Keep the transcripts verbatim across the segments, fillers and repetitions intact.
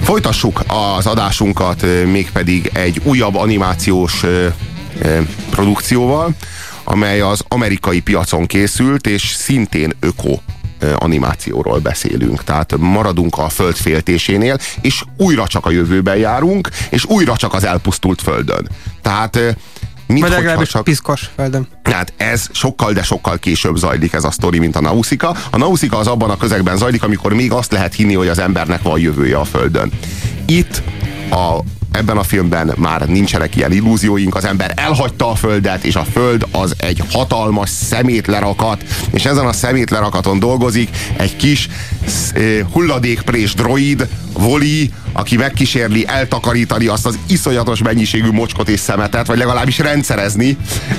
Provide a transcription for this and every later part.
Folytassuk az adásunkat mégpedig egy újabb animációs produkcióval, amely az amerikai piacon készült, és szintén öko animációról beszélünk. Tehát maradunk a föld féltésénél, és újra csak a jövőben járunk, és újra csak az elpusztult földön. Tehát mint vagy legalábbis csak... piszkos földön. Hát ez sokkal, de sokkal később zajlik ez a sztori, mint a Nausicaa. A Nausicaa az abban a közegben zajlik, amikor még azt lehet hinni, hogy az embernek van jövője a földön. Itt a Ebben a filmben már nincsenek ilyen illúzióink, az ember elhagyta a földet, és a föld az egy hatalmas szemétlerakat, és ezen a szemétlerakaton dolgozik egy kis hulladékprés droid, Wall-E, aki megkísérli eltakarítani azt az iszonyatos mennyiségű mocskot és szemetet, vagy legalábbis rendszerezni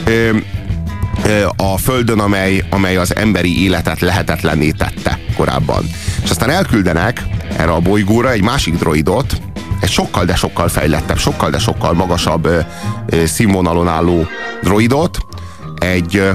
a földön, amely, amely az emberi életet lehetetlenné tette korábban. És aztán elküldenek erre a bolygóra egy másik droidot, egy sokkal, de sokkal fejlettebb, sokkal, de sokkal magasabb ö, ö, színvonalon álló droidot, egy, ö,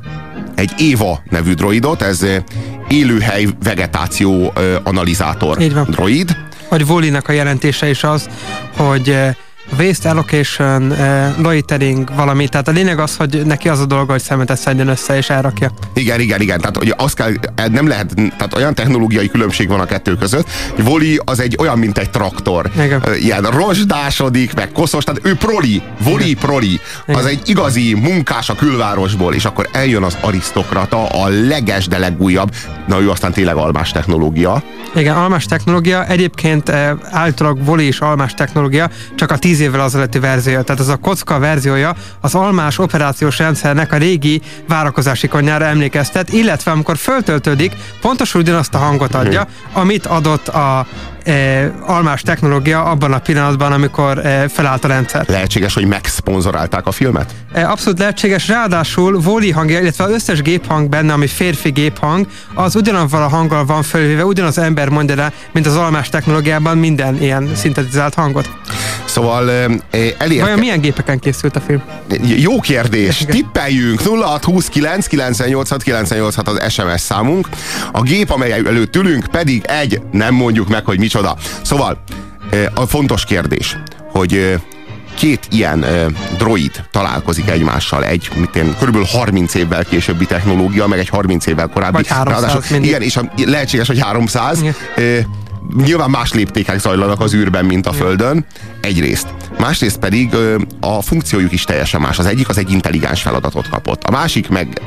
egy Eva nevű droidot, ez ö, élőhely vegetáció ö, analizátor droid. Vagy Wall-E-nek a jelentése is az, hogy waste allocation, uh, loitering, valami. Tehát a lényeg az, hogy neki az a dolga, hogy szemetet szedjen össze és elrakja. Igen, igen, igen. Tehát ugye azt kell, nem lehet, tehát olyan technológiai különbség van a kettő között, hogy Wall-E az egy olyan, mint egy traktor. Igen. Ilyen rozsdásodik, meg koszos, tehát ő proli, Wall-E proli. Az egy igazi munkás a külvárosból, és akkor eljön az arisztokrata, a leges, de legújabb, na ő aztán tényleg almás technológia. Igen, almás technológia. Egyébként állítólag Wall-E is almás technológia, csak a tíz évvel azelőtti verziója. Tehát ez a kocka verziója az almás operációs rendszernek a régi várakozási konyhára emlékeztet, illetve amikor föltöltődik, pontosan ugyanazt a hangot adja, amit adott a E, almás technológia abban a pillanatban, amikor e, felállt a rendszer. Lehetséges, hogy megszponzorálták a filmet? E, abszolút lehetséges, ráadásul Wall-E hangja, illetve az összes géphang benne, ami férfi géphang, az ugyanavval a hanggal van fölvéve, ugyanaz ember mondja le, mint az almás technológiában minden ilyen szintetizált hangot. Szóval e, elérke... Vajon milyen gépeken készült a film? Jó kérdés, tippeljünk! nulla hat huszonkilenc kilencszáznyolcvanhat kilencszáznyolcvanhat az es em es számunk. A gép, amely előtt ülünk, pedig egy, nem mondjuk meg, hogy micsoda. Szóval a fontos kérdés, hogy két ilyen droid találkozik egymással, egy mint én, körülbelül harminc évvel későbbi technológia, meg egy harminc évvel korábbi. Vagy háromszáz. Igen, és a, lehetséges, hogy háromszáz. Igen. Nyilván más léptékek zajlanak az űrben, mint a Földön, egyrészt. Másrészt pedig a funkciójuk is teljesen más. Az egyik az egy intelligens feladatot kapott. A másik meg,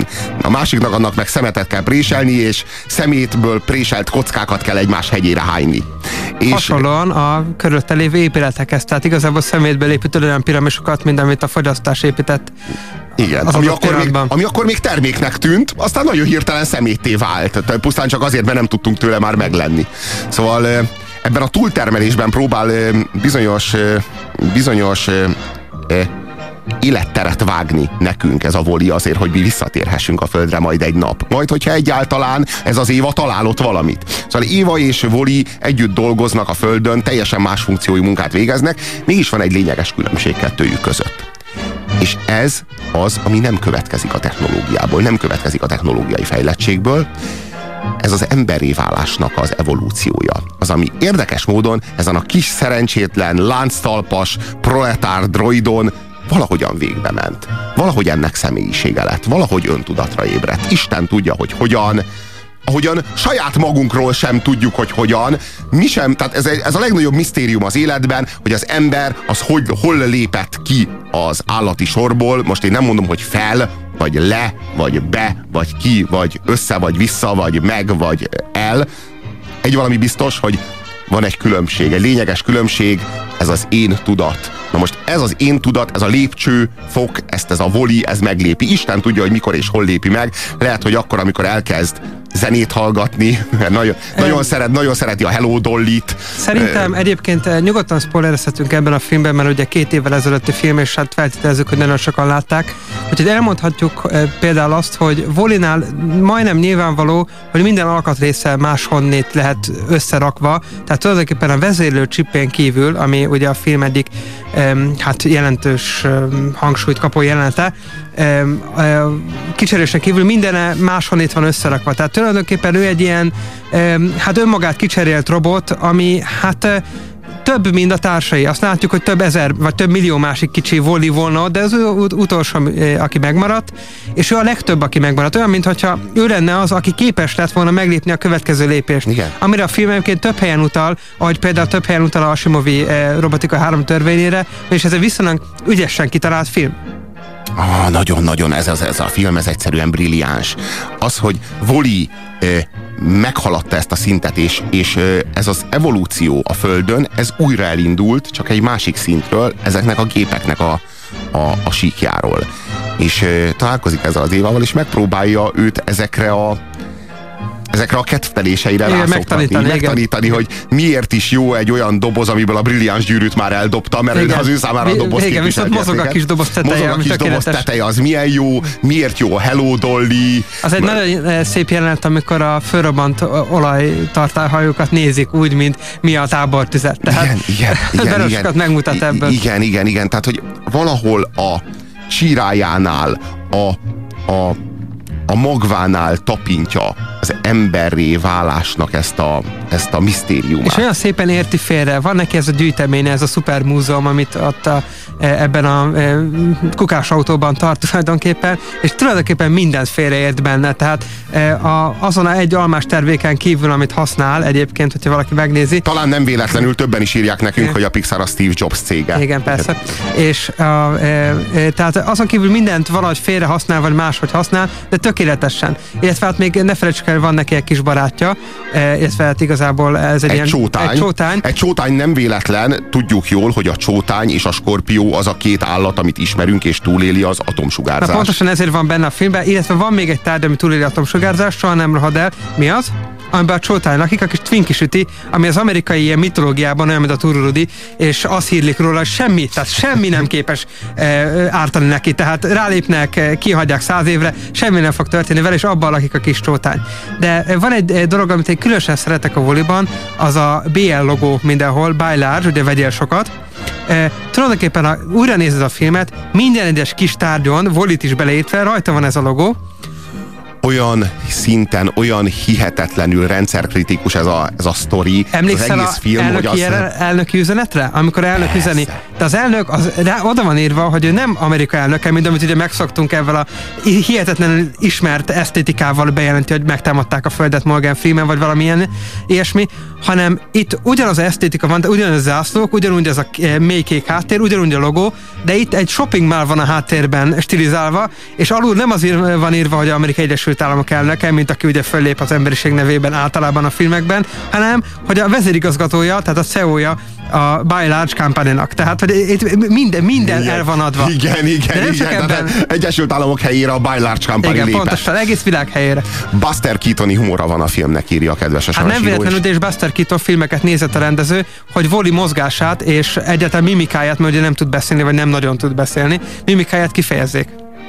a másiknak annak meg szemetet kell préselni, és szemétből préselt kockákat kell egymás hegyére hányni. Hasonlóan a körülötte lévő épületekhez, tehát igazából szemétből építő olyan piramisokat, mint amit a fogyasztás épített. Igen, ami akkor, még, ami akkor még terméknek tűnt, aztán nagyon hirtelen szemétté vált. Pusztán csak azért, mert nem tudtunk tőle már meglenni. Szóval ebben a túltermelésben próbál bizonyos, bizonyos életteret vágni nekünk ez a Wall-E azért, hogy mi visszatérhessünk a Földre majd egy nap. Majd, hogyha egyáltalán ez az Éva találott valamit. Szóval Éva és Wall-E együtt dolgoznak a Földön, teljesen más funkciói munkát végeznek, mégis van egy lényeges különbség kettőjük között. És ez az, ami nem következik a technológiából, nem következik a technológiai fejlettségből. Ez az emberré válásnak az evolúciója. Az, ami érdekes módon ezen a kis szerencsétlen, lánctalpas, proletár droidon valahogyan végbe ment. Valahogy ennek személyisége lett, valahogy öntudatra ébredt. Isten tudja, hogy hogyan, ahogyan saját magunkról sem tudjuk, hogy hogyan, mi sem, tehát ez, ez a legnagyobb misztérium az életben, hogy az ember az hogy, hol lépett ki az állati sorból, most én nem mondom, hogy fel, vagy le, vagy be, vagy ki, vagy össze, vagy vissza, vagy meg, vagy el. Egy valami biztos, hogy van egy különbség, egy lényeges különbség, ez az én tudat. Na most ez az én tudat, ez a lépcső fok, ezt ez a Wall-E, ez meglépi. Isten tudja, hogy mikor és hol lépi meg. Lehet, hogy akkor, amikor elkezd zenét hallgatni, nagyon, nagyon, szeret, nagyon szereti a Hello Dolly-t. Szerintem egyébként nyugodtan spoilerezhetünk ebben a filmben, mert ugye két évvel ezelőtti film, és hát feltételezzük, hogy nagyon sokan látták. Úgyhogy elmondhatjuk például azt, hogy Wall-E-nál majdnem nyilvánvaló, hogy minden alkatrésze máshonnét lehet összerakva, tehát tulajdonképpen a vezérlő csipén kívül, ami ugye a film egyik hát jelentős hangsúlyt kapó jelenete, ö, ö, kicserélésen kívül minden máshonnét van összerakva. Tehát tulajdonképpen ő egy ilyen ö, hát önmagát kicserélt robot, ami hát ö, több, mint a társai. Azt látjuk, hogy több ezer, vagy több millió másik kicsi Wall-E volna, de az ő utolsó, aki megmaradt, és ő a legtöbb, aki megmaradt. Olyan, mintha ő lenne az, aki képes lett volna meglépni a következő lépést. Igen. Amire a film egyébként több helyen utal, ahogy például több helyen utal a Asimovi eh, robotika három törvényére, és ez egy viszonylag ügyesen kitalált film. Ah, nagyon-nagyon ez, ez, ez a film, ez egyszerűen brilliáns. Az, hogy Wall-E eh, meghaladta ezt a szintet, és, és eh, ez az evolúció a Földön, ez újra elindult, csak egy másik szintről, ezeknek a gépeknek a, a, a síkjáról. És eh, találkozik ezzel az Évával, és megpróbálja őt ezekre a ezekre a kedvteléseire rászoktatni, megtanítani, megtanítani hogy miért is jó egy olyan doboz, amiből a brilliáns gyűrűt már eldobta, mert igen. az ő számára a doboz igen, viszont mozog a kis doboz teteje. Mozog a kis doboz teteje, az milyen jó, miért jó a Hello Dolly. Az egy mert... nagyon szép jelenet, amikor a fölrobbant olajtartályhajókat nézik úgy, mint mi a tábortüzet. Tehát igen, igen, igen, igen. megmutat ebből. Igen, igen, igen. Tehát, hogy valahol a sírájánál, a, a a magvánál tapintja az emberré válásnak ezt a, ezt a misztériumát. És olyan szépen érti félre. Van neki ez a gyűjteménye, ez a szupermúzeum, amit ott a, ebben a kukásautóban tart tulajdonképpen, és tulajdonképpen mindent félreért benne. Tehát a, azon a egy almás tervéken kívül, amit használ egyébként, hogyha valaki megnézi. Talán nem véletlenül többen is írják nekünk, igen. hogy a Pixar a Steve Jobs cége. Igen, persze. És a, e, e, tehát azon kívül mindent valahogy félre használ, vagy máshogy használ, de tökéletesen. Illetve hát még ne felejtsük el, van neki egy kis barátja, e, illetve hát igazából ez egy, egy ilyen... Csótány. Egy csótány. Egy csótány nem véletlen, tudjuk jól, hogy a csótány és a skorpió az a két állat, amit ismerünk, és túléli az atomsugárzást. Na pontosan ezért van benne a filmben, illetve van még egy tárgy, ami túléli atomsugárzást, soha nem rohad el. Mi az? Amiben a csótány lakik, a kis Twinkie süti, ami az amerikai ilyen mitológiában olyan, mint a Tururudi, és azt hírlik róla, hogy semmi, tehát semmi nem képes e, ártani neki, tehát rálépnek, e, kihagyják száz évre, semmi nem fog történni vele, és abban lakik a kis csótány. De e, van egy e, dolog, amit én különösen szeretek a Wall-E-ban, az a bé el logó mindenhol, Buy Large, ugye vegyél sokat. E, tulajdonképpen, ha újra nézed a filmet, minden egyes kis tárgyon, Wall-E-t is beleértve, rajta van ez a logó. Olyan szinten, olyan hihetetlenül rendszerkritikus ez a, ez a sztori, emlékszel az egész film, elnöki, hogy azt... elnöki üzenetre? Amikor elnök persze. üzeni. De az elnök, az, de oda van írva, hogy ő nem Amerika elnöke, mint amit ugye megszoktunk ebben a hihetetlenül ismert esztétikával bejelenti, hogy megtámadták a földet Morgan Freeman, vagy valamilyen ilyesmi, hanem itt ugyanaz az esztétika van, de ugyanaz a zászlók, ugyanúgy az a mély kék háttér, ugyanúgy a logó, de itt egy shopping mall van a háttérben stilizálva, és alul nem az ír, van írva, hogy Amerikai Egyesült Államok elnöke, mint aki ugye föllép az emberiség nevében általában a filmekben, hanem, hogy a vezérigazgatója, tehát a cé e ó-ja a Buy Large kampánynak. Tehát, hogy itt minden, minden el van adva. Igen, igen, igen. Ebben... Egyesült Államok helyére a Buy Large kampány lépett. Igen, pontosan, egész világ helyére. Buster Keatoni humora van a filmnek, írja a kedves hát nem véletlenül, és Buster Keaton filmeket nézett a rendező, hogy Wall-E mozgását és egyáltalán mimikáját, mert ugye nem tud beszélni, vagy nem nagyon tud beszélni, mimikáját kifejezzék.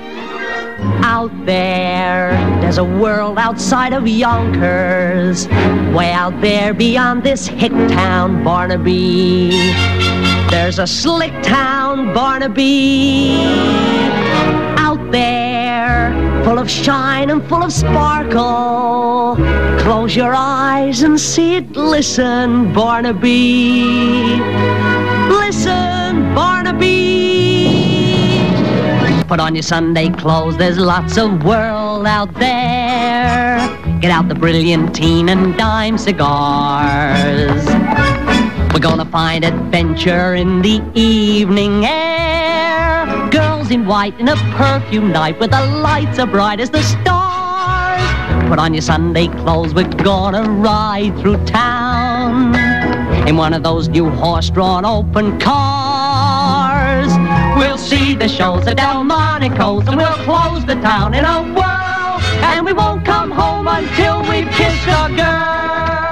Out there, there's a world outside of Yonkers, way out there beyond this hick town, Barnaby. There's a slick town, Barnaby. Out there, full of shine and full of sparkle. Close your eyes and see it, listen, Barnaby. Listen, Barnaby. Put on your Sunday clothes, there's lots of world out there. Get out the Brilliantine and dime cigars. We're gonna find adventure in the evening air. Girls in white in a perfume night with the lights as bright as the stars. Put on your Sunday clothes, we're gonna ride through town in one of those new horse-drawn open cars. We'll see the shows at Delmonico's and we'll close the town in a whirl. And we won't come home until we've kissed a girl.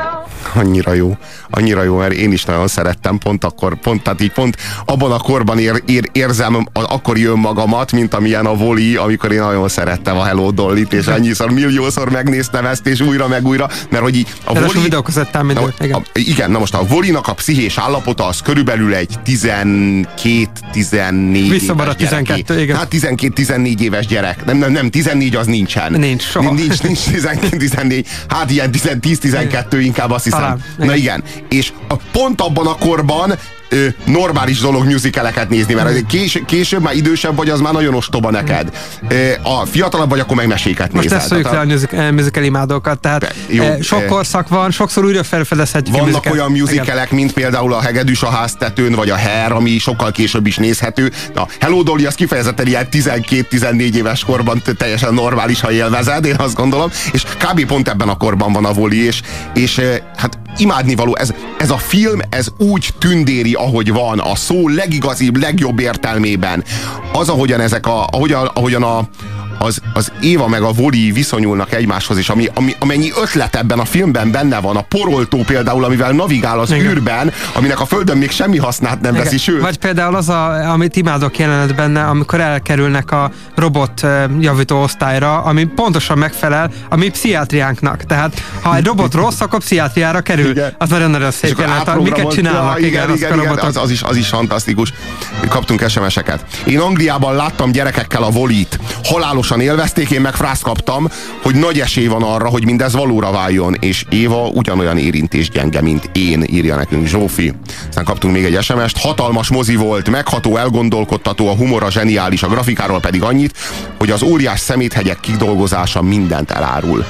Annyira jó. Annyira jó, mert én is nagyon szerettem. Pont akkor, pont, tehát így pont abban a korban ér, ér, érzem, akkor jön magamat, mint amilyen a Wall-E, amikor én nagyon szerettem a Hello Dolly-t, és annyiszor, milliószor megnéztem ezt, és újra meg újra, mert hogy így a Wall-E... Igen. igen, na most a Wall-E-nak a pszichés állapota az körülbelül egy tizenkét-tizennégy visszamaradt tizenkettő, igen. Hát tizenkét-tizennégy éves gyerek. Nem, nem, nem, tizennégy az nincsen. Nincs, soha. Nincs, nincs tizenkét-tizennégy. Hát ilyen tíz-tizenkettő inkább, azt hiszem. Talán, na igen. És a, pont abban a korban ö, normális dolog musicaleket nézni, mert kés, később már idősebb vagy, az már nagyon ostoba neked. Ö, a fiatalabb vagy, akkor meg meséket most nézel. Most ezt szóljuk le a musical imádókat, tehát de, jó, sok korszak van, sokszor újra felfedezhetjük. Vannak olyan musicalek, mint például a Hegedűs a háztetőn, vagy a Hair, ami sokkal később is nézhető. Na, Hello Dolly az kifejezetten ilyen tizenkét-tizennégy éves korban teljesen normális, ha élvezed, én azt gondolom, és kb. Pont ebben a korban van a Wall-E, és, és hát imádnivaló, ez, ez a film, ez úgy tündéri, ahogy van, a szó legigazibb, legjobb értelmében. Az, ahogyan ezek a, ahogyan, ahogyan a Az, az Éva meg a Wall-E viszonyulnak egymáshoz, és ami, ami, amennyi ötlet ebben a filmben benne van, a poroltó például, amivel navigál az igen. űrben, aminek a Földön még semmi hasznát nem igen. veszi, sőt. Vagy például az, a, amit imádok jelenet benne, amikor elkerülnek a robot javító osztályra, ami pontosan megfelel a mi pszichiátriánknak. Tehát ha egy robot rossz, akkor pszichiátriára kerül. Igen. Az nagyon-nagyon szép jelenet. Miket csinálnak? Ja, igen, igen, igen, igen, az, az, is, az is fantasztikus. Kaptunk es em es-eket. Én Angliában láttam gyerekekkel a Wall-E-t. Halálos élvezték, én meg frászt kaptam, hogy nagy esély van arra, hogy mindez valóra váljon, és Éva ugyanolyan érintésgyenge, mint én, írja nekünk Zsófi. Aztán kaptunk még egy es em est, hatalmas mozi volt, megható, elgondolkodtató, a humora zseniális, a grafikáról pedig annyit, hogy az óriás szeméthegyek kidolgozása mindent elárul.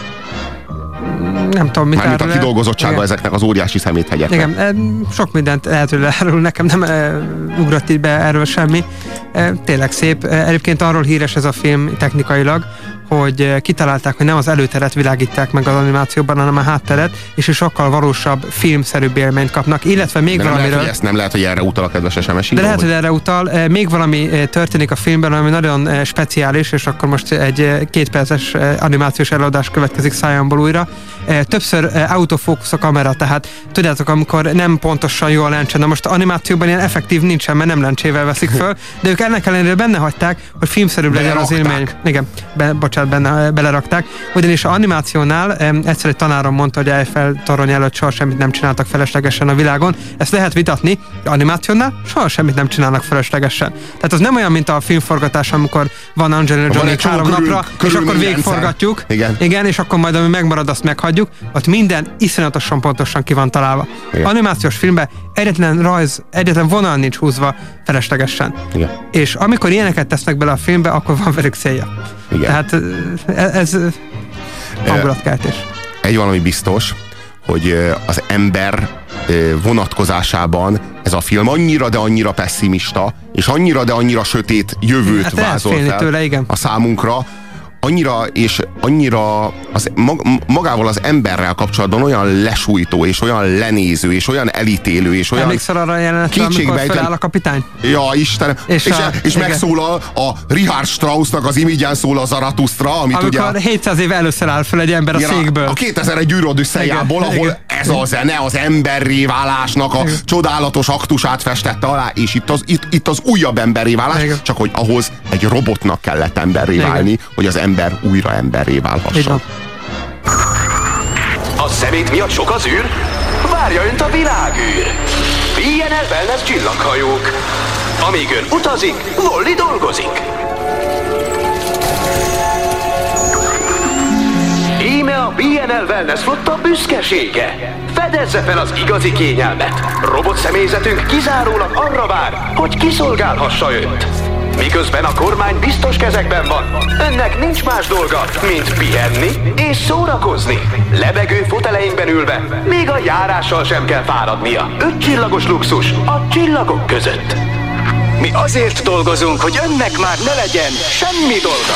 Nem tudom, mit Mármint a kidolgozottsága igen. ezeknek az óriási szeméthegyeknek. Igen, sok mindent lehet, hogy elárul, nekem nem e, ugrott így be erről semmi. E, tényleg szép. Egyébként arról híres ez a film technikailag, hogy kitalálták, hogy nem az előteret világítják meg az animációban, hanem a hátteret, és is sokkal valósabb, filmszerűbb élményt kapnak, illetve még de nem valamiről... Lehet, hogy ezt nem lehet, hogy erre utal a kedves es em es író, De lehet, hogy... hogy erre utal. Még valami történik a filmben, ami nagyon speciális, és akkor most egy kétperces animációs előadás következik szájamból újra. Többször autofókusz a kamera, tehát tudjátok, amikor nem pontosan jó a lencse, de most animációban ilyen effektív nincsen, mert nem lencsével veszik föl, de ők ennek ellenére benne hagyták, hogy filmszerűbb legyen az élmény. Igen, be, bocsánat, benne belerakták. Ugyanis az animációnál egyszer egy tanárom mondta, hogy Eiffel torony előtt soha semmit nem csináltak feleslegesen a világon. Ezt lehet vitatni, animációnál soha semmit nem csinálnak feleslegesen. Tehát az nem olyan, mint a filmforgatás, amikor van Angelina Jolie három körül, napra, körül és akkor végigforgatjuk. Igen. Igen, és akkor majd ami megmarad, azt meghagyjuk. Ott minden iszonyatosan pontosan ki van találva. Igen. Animációs filmben egyetlen rajz, egyetlen vonal nincs húzva feleslegesen. Igen. És amikor ilyeneket tesznek bele a filmbe, akkor van velük célja. Igen. Tehát ez hangulatkeltés. Egy valami biztos, hogy az ember vonatkozásában ez a film annyira, de annyira pessimista, és annyira, de annyira sötét jövőt hát vázol fel tőle, igen. a számunkra, annyira és annyira az, magával az emberrel kapcsolatban olyan lesújtó, és olyan lenéző, és olyan elítélő, és olyan emlékszel arra a jelenetre, amikor feláll a kapitány? Ja, Istenem. És, és, a, és megszólal a Richard Straussnak az Imigyen szól a Zarathustra, amit amikor ugye... hétszáz év először áll fel egy ember a székből. A kétezer-egy űrodüsszejából, ahol igen. ez a zene az emberré válásnak a igen. csodálatos aktusát festette alá, és itt az, itt, itt az újabb emberré válás, igen. csak hogy ahhoz egy robotnak kellett emberré igen. válni, hogy az ember újra emberré válhasson. A szemét miatt sok az űr? Várja önt a világűr! bé en el Wellness csillaghajók. Amíg ön utazik, Wall-E dolgozik. Íme a bé en el Wellness flotta büszkesége. Fedezze fel az igazi kényelmet. Robot személyzetünk kizárólag arra vár, hogy kiszolgálhassa önt. Miközben a kormány biztos kezekben van, önnek nincs más dolga, mint pihenni és szórakozni. Lebegő foteleinkben ülve, még a járással sem kell fáradnia. Ötcsillagos luxus a csillagok között. Mi azért dolgozunk, hogy önnek már ne legyen semmi dolga.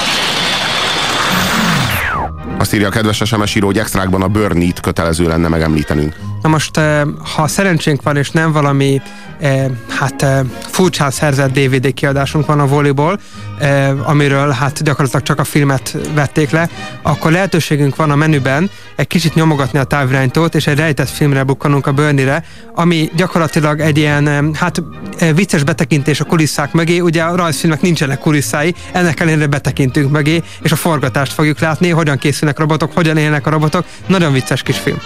Azt írja a kedves es em es író, hogy extrákban a Burn-it kötelező lenne megemlítenünk. Na most, ha szerencsénk van, és nem valami hát furcsán szerzett dé vé dé kiadásunk van a Wall-Iból, amiről hát gyakorlatilag csak a filmet vették le, akkor lehetőségünk van a menüben egy kicsit nyomogatni a távirányítót, és egy rejtett filmre bukkanunk a Bernie-re, ami gyakorlatilag egy ilyen hát vicces betekintés a kulisszák mögé. Ugye a rajzfilmek nincsenek kulisszái, ennek ellenére betekintünk mögé, és a forgatást fogjuk látni, hogyan készülnek robotok, hogyan élnek a robotok. Nagyon vicces kis film.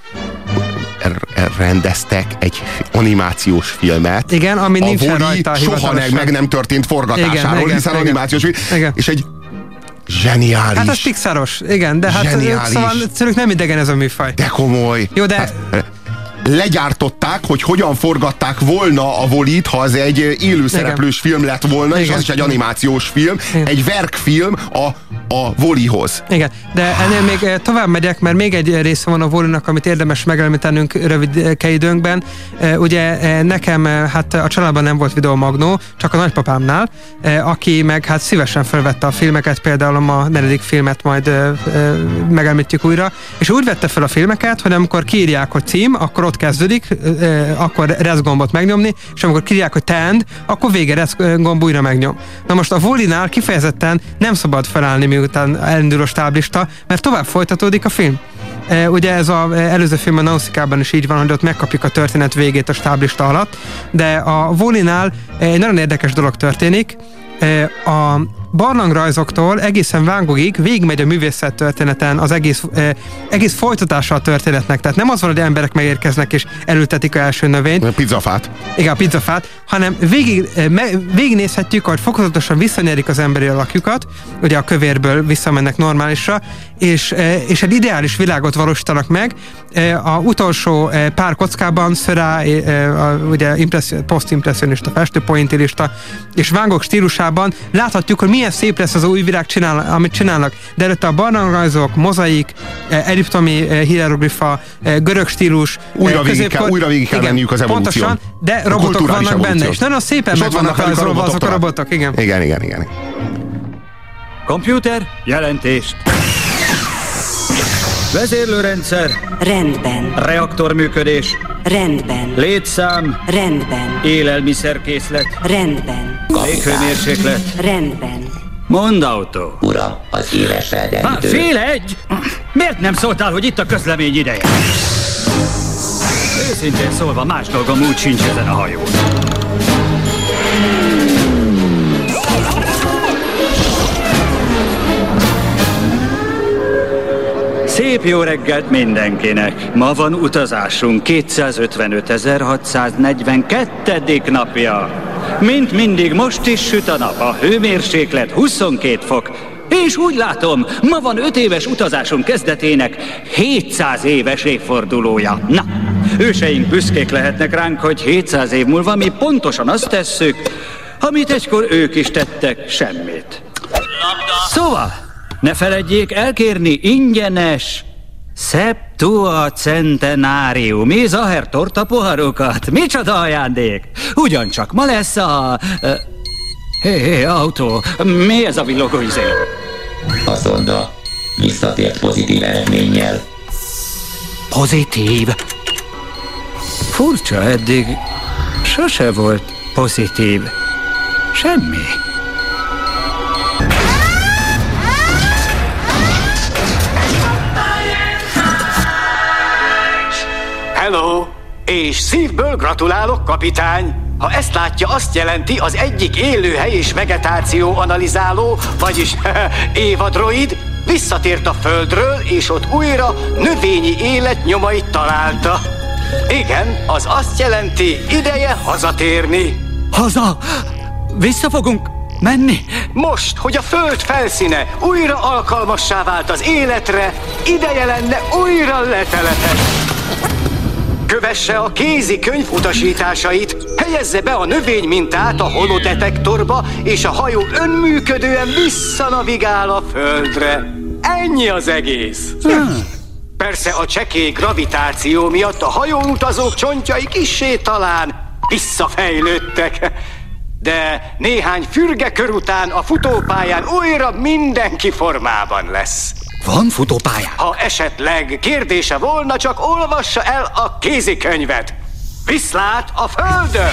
Rendeztek egy animációs filmet. Igen, ami nincsen rajta soha meg, meg nem történt forgatásáról, igen, hiszen igen, animációs film. Igen. És egy zseniális. Hát az Pixaros, igen, de hát zseniális. Szóval szülük nem idegen ez a műfaj. De komoly. Jó, de... Hát, legyártották, hogy hogyan forgatták volna a Wall-It, ha az egy élőszereplős film lett volna, igen, és az is egy animációs film, igen, egy verkfilm a, a Wall-Ihoz. Igen, de ennél még tovább megyek, mert még egy része van a Wall-Inak, amit érdemes megemlítenünk rövid időnkben. Ugye nekem hát a családban nem volt videómagnó, csak a nagypapámnál, aki meg hát szívesen felvette a filmeket, például a negyedik filmet majd megemlítjük újra, és úgy vette fel a filmeket, hogy amikor kiírják, hogy cím, akkor ott kezdődik, akkor reszgombot megnyomni, és amikor kiírják, hogy tend, akkor vége, reszgomb újra megnyom. Na most a Wall-Inál kifejezetten nem szabad felállni, miután elindul a stáblista, mert tovább folytatódik a film. E, ugye ez az előző film a Nauszikában is így van, hogy ott megkapjuk a történet végét a stáblista alatt, de a Wall-Inál egy nagyon érdekes dolog történik. E, a barlangrajzoktól egészen Van Goghig végigmegy a művészet történeten az egész, eh, egész folytatása a történetnek. Tehát nem az van, hogy emberek megérkeznek és elültetik az első növényt. A pizzafát. Igen, a pizzafát, hanem végig, eh, me, végignézhetjük, hogy fokozatosan visszanyerik az emberi alakjukat, ugye a kövérből visszamennek normálisra, és, eh, és egy ideális világot valósítanak meg. Eh, a utolsó eh, pár kockában Seurat, eh, a, ugye posztimpresszionista festő, pointillista és Van Gogh stílusában láthatjuk, hogy milyen szép lesz az új világ, csinál, amit csinálnak. De előtte a barlangrajzok, mozaik, egyiptomi hieroglifa, görög stílus, újra végig kell, újra végig kell menniük az evolúción. Pontosan, de robotok vannak evolúció benne, és nagyon szépen meg vannak rajzolva azok a robotok. Igen. igen, igen, igen. Komputer, jelentést. Vezérlőrendszer. Rendben. Reaktorműködés. Rendben. Létszám. Rendben. Élelmiszerkészlet. Rendben. Léghőmérséklet. Rendben. Mondd, autó. Uram, az éles felderítő. Há, fél egy? Miért nem szóltál, hogy itt a közlemény ideje? Őszintén szólva, más dolgom úgy sincs ezen a hajón. Szép jó reggelt mindenkinek! Ma van utazásunk kétszázötvenötezer-hatszáznegyvenkettedik napja. Mint mindig most is süt a nap, a hőmérséklet huszonkét fok, és úgy látom, ma van öt éves utazásunk kezdetének hétszáz éves évfordulója. Na, őseink büszkék lehetnek ránk, hogy hétszáz év múlva mi pontosan azt tesszük, amit egykor ők is tettek, semmit. Szóval, ne feledjék elkérni ingyenes Septuacentenariumi Zaher torta poharokat. Micsoda ajándék! Ugyancsak ma lesz a... Hé, hé, autó, mi ez a villogó izé? A szonda visszatért pozitív eredménnyel. Pozitív? Furcsa, eddig sose volt pozitív. Semmi. Hello! És szívből gratulálok, kapitány! Ha ezt látja, azt jelenti, az egyik élőhely és vegetáció analizáló, vagyis évadroid visszatért a Földről, és ott újra növényi élet nyomait találta. Igen, az azt jelenti, ideje hazatérni. Haza? Vissza fogunk menni? Most, hogy a Föld felszíne újra alkalmassá vált az életre, ideje lenne újra letelepedni. Kövesse a kézikönyv utasításait, helyezze be a növénymintát a holodetektorba, és a hajó önműködően visszanavigál a Földre. Ennyi az egész. Hmm. Persze a csekély gravitáció miatt a hajóutazók csontjai kissé talán visszafejlődtek, de néhány fürge kör után a futópályán újra mindenki formában lesz. Van futópálya? Ha esetleg kérdése volna, csak olvassa el a kézikönyvet. Viszlát a Földön!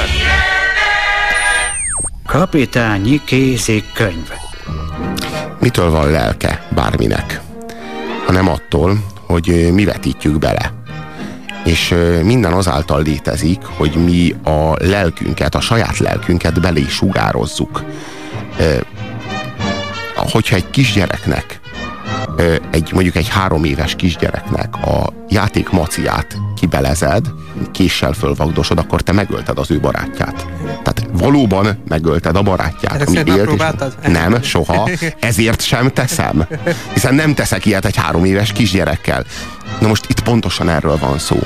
Kapitányi kézikönyv. Mitől van lelke bárminek? Hanem attól, hogy mi vetítjük bele. És minden azáltal létezik, hogy mi a lelkünket, a saját lelkünket belé sugározzuk. Hogyha egy kisgyereknek, egy, mondjuk egy három éves kisgyereknek a játék maciát kibelezed, késsel fölvagdosod, akkor te megölted az ő barátját. Tehát valóban megölted a barátját. Ami élt, és nem, soha. Ezért sem teszem. Hiszen nem teszek ilyet egy három éves kisgyerekkel. Na most itt pontosan erről van szó.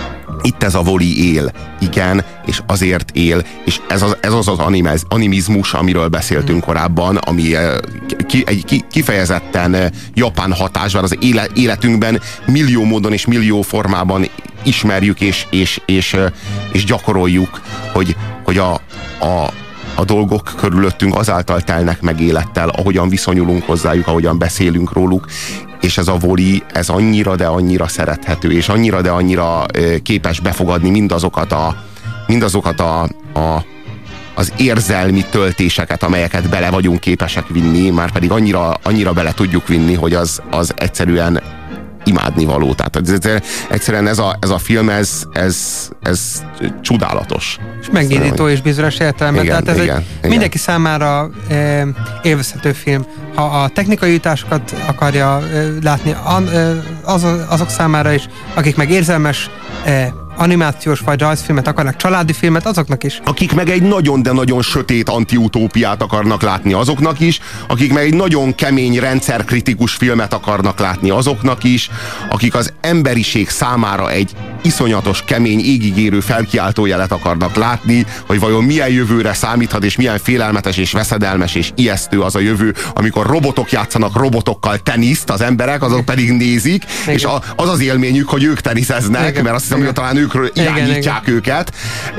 Itt ez a Wall-E él, igen, és azért él, és ez az ez az, az animez, animizmus, amiről beszéltünk korábban, ami ki, egy ki, kifejezetten japán hatásban az éle, életünkben millió módon és millió formában ismerjük és, és, és, és gyakoroljuk, hogy, hogy a, a, a dolgok körülöttünk azáltal telnek meg élettel, ahogyan viszonyulunk hozzájuk, ahogyan beszélünk róluk, és ez a Wall-E, ez annyira, de annyira szerethető, és annyira, de annyira képes befogadni mindazokat a, mindazokat a, a, az érzelmi töltéseket, amelyeket bele vagyunk képesek vinni, már pedig annyira, annyira bele tudjuk vinni, hogy az, az egyszerűen imádnivaló. Tehát ez, egyszerűen ez a, ez a film, ez, ez, ez csodálatos. És megindító és bizonyos értelemben. Igen, Tehát ez igen, egy igen. mindenki számára e, élvezhető film. Ha a technikai jutásokat akarja e, látni, an, e, az, azok számára is, akik meg érzelmes e, animációs vagy rajzfilmet akarnak, családi filmet, azoknak is. Akik meg egy nagyon, de nagyon sötét antiutópiát akarnak látni, azoknak is. Akik meg egy nagyon kemény, rendszerkritikus filmet akarnak látni, azoknak is. Akik az emberiség számára egy iszonyatos, kemény, égigérő felkiáltójelet akarnak látni, hogy vajon milyen jövőre számíthat, és milyen félelmetes, és veszedelmes, és ijesztő az a jövő, amikor robotok játszanak robotokkal teniszt, az emberek, azok pedig nézik, igen. És a, az az élményük, hogy ők teniszeznek, igen. Mert azt hiszem, hogy talán őkről irányítják igen, őket.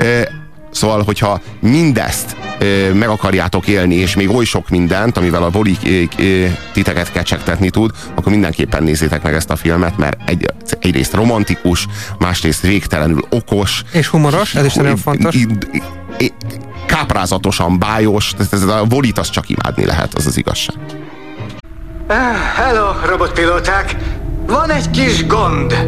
Szóval, hogyha mindezt meg akarjátok élni, és még oly sok mindent, amivel a Wall-E titeket kecsegtetni tud, akkor mindenképpen nézzétek meg ezt a filmet, mert egy, egyrészt romantikus, másrészt végtelenül okos. És humoros, ez is nagyon fontos. Káprázatosan bájos, ez a Wall-E-t azt csak imádni lehet, az az igazság. Hello, robotpilóták! Van egy kis gond.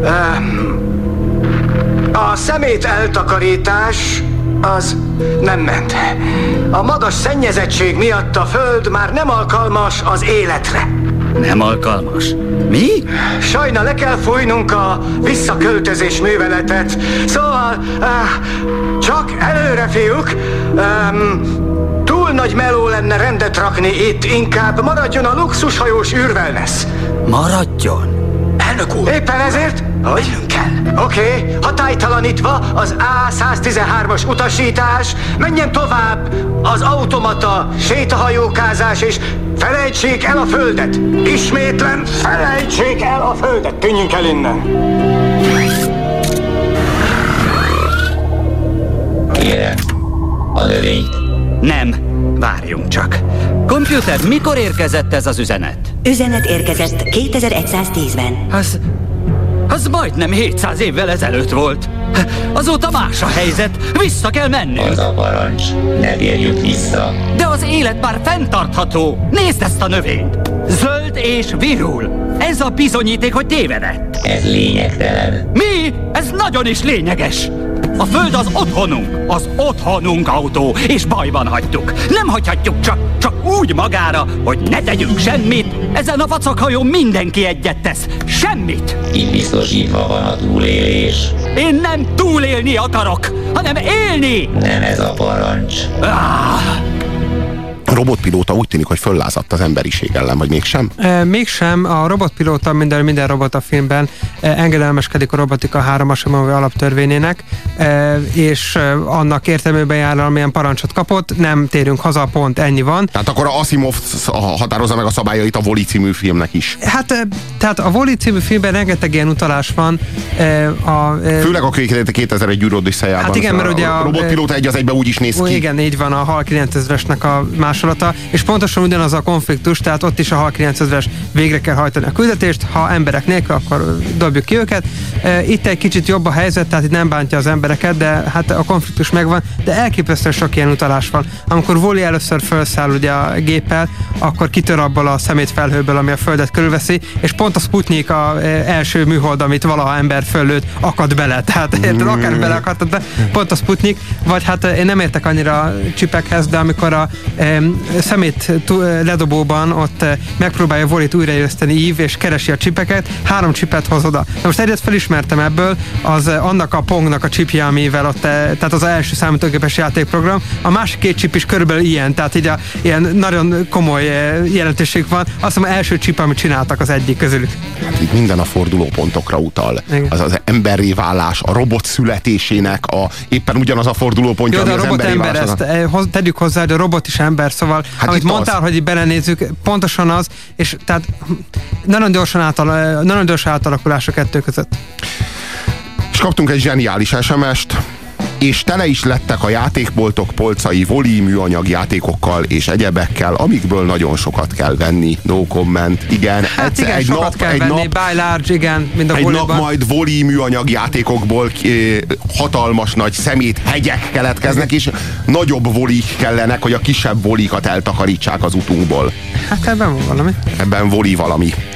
A szemét eltakarítás az nem ment. A magas szennyezettség miatt a Föld már nem alkalmas az életre. Nem alkalmas? Mi? Sajna le kell fújnunk a visszaköltözés műveletet. Szóval, uh, csak előre, fiúk. Um, túl nagy meló lenne rendet rakni itt, inkább maradjon a luxushajós űrwellness. Maradjon? Elnök úr! Éppen ezért megyünk kell. Oké, okay, hatálytalanítva az á száz tizenhármas utasítás, menjen tovább az automata sétahajókázás, és felejtsék el a Földet. Ismétlen, felejtsék el a Földet. Tűnjünk el innen. Kérem, a növényt. Nem, várjunk csak. Komputer, mikor érkezett ez az üzenet? Üzenet érkezett kétezer-száztízben. Az... az majdnem hétszáz évvel ezelőtt volt. Azóta más a helyzet, vissza kell mennünk. Az a parancs, ne térjük vissza. De az élet már fenntartható. Nézd ezt a növényt. Zöld és virul. Ez a bizonyíték, hogy tévedett. Ez lényegtelen. Mi? Ez nagyon is lényeges. A Föld az otthonunk, az otthonunk autó, és bajban hagytuk. Nem hagyhatjuk csak, csak úgy magára, hogy ne tegyünk semmit. Ezen a vacakhajón mindenki egyet tesz. Semmit. Itt biztosítva van a túlélés. Én nem túlélni akarok, hanem élni. Nem ez a parancs. Ah. A robotpilóta úgy tűnik, hogy föllázadt az emberiség ellen, vagy mégsem? E, mégsem. A robotpilóta minden, minden robot a filmben e, engedelmeskedik a robotika három Asimov alaptörvényének, e, és e, annak értelmében jár, amilyen parancsot kapott, nem térünk haza, pont ennyi van. Tehát akkor a Asimov határozza meg a szabályait a Wall-E című filmnek is. Hát, e, tehát a Wall-E című filmben rengeteg ilyen utalás van. E, a, e, Főleg a kétezer-egy űrodüsszeljában. Hát igen, mert ugye a, a robotpilóta egy az egyben úgy is néz ki. Igen, így van, a HAL kilencezresnek a második másolata, és pontosan ugyanaz a konfliktus, tehát ott is a HAL kilencezres végre kell hajtani a küldetést, ha emberek nélkül, akkor dobjuk ki őket. Itt egy kicsit jobb a helyzet, tehát itt nem bántja az embereket, de hát a konfliktus megvan, de elképesztően sok ilyen utalás van. Amikor Wall-E először felszáll ugye a géppel, akkor kitör abból a szemétfelhőből, ami a Földet körülveszi, és pont a Sputnik a első műhold, amit valaha ember föllőtt, akad bele. Tehát érted, akár beleakadtad, de pont a Sputnik, vagy hát én nem értek annyira csipekhez, de amikor a e, szemét ledobóban ott e, megpróbálja Wall-E-t újraéleszteni Eve, és keresi a csipeket, három csipet hoz oda. Na most egyet felismertem ebből, az e, annak a Pongnak a csipje, amivel ott, e, tehát az első számítógépes játékprogram, a másik két csip is körülbelül ilyen, tehát így a, ilyen nagyon komoly e, jelentőség van. Azt hiszem, az első csip, amit csináltak, az egyik közülük. Hát itt minden a fordulópontokra utal. Igen. Az az emberré válás, a robot születésének a, éppen ugyanaz a fordulópontja, jó, ami de az a robot emberré ember, válás. ezt hoz, tegyük hozzá, hogy a robot is ember, szóval Hát amit mondtál, az, hogy belenézzük, pontosan az, és tehát nagyon gyorsan, átal, nagyon gyorsan átalakulás a kettő között. És kaptunk egy zseniális es em es-t, és tele is lettek a játékboltok polcai Wall-E műanyag játékokkal és egyebekkel, amikből nagyon sokat kell venni. No comment. Igen, hát egyszer, igen, egy sokat nap, kell egy venni, nap, buy large, igen, mind a egy Wall-E-ban. nap majd Wall-E műanyag játékokból eh, hatalmas nagy szemét hegyek keletkeznek, és nagyobb Wall-E-k kellenek, hogy a kisebb Wall-E-kat eltakarítsák az utunkból. Hát ebben van valami. Ebben Wall-E valami.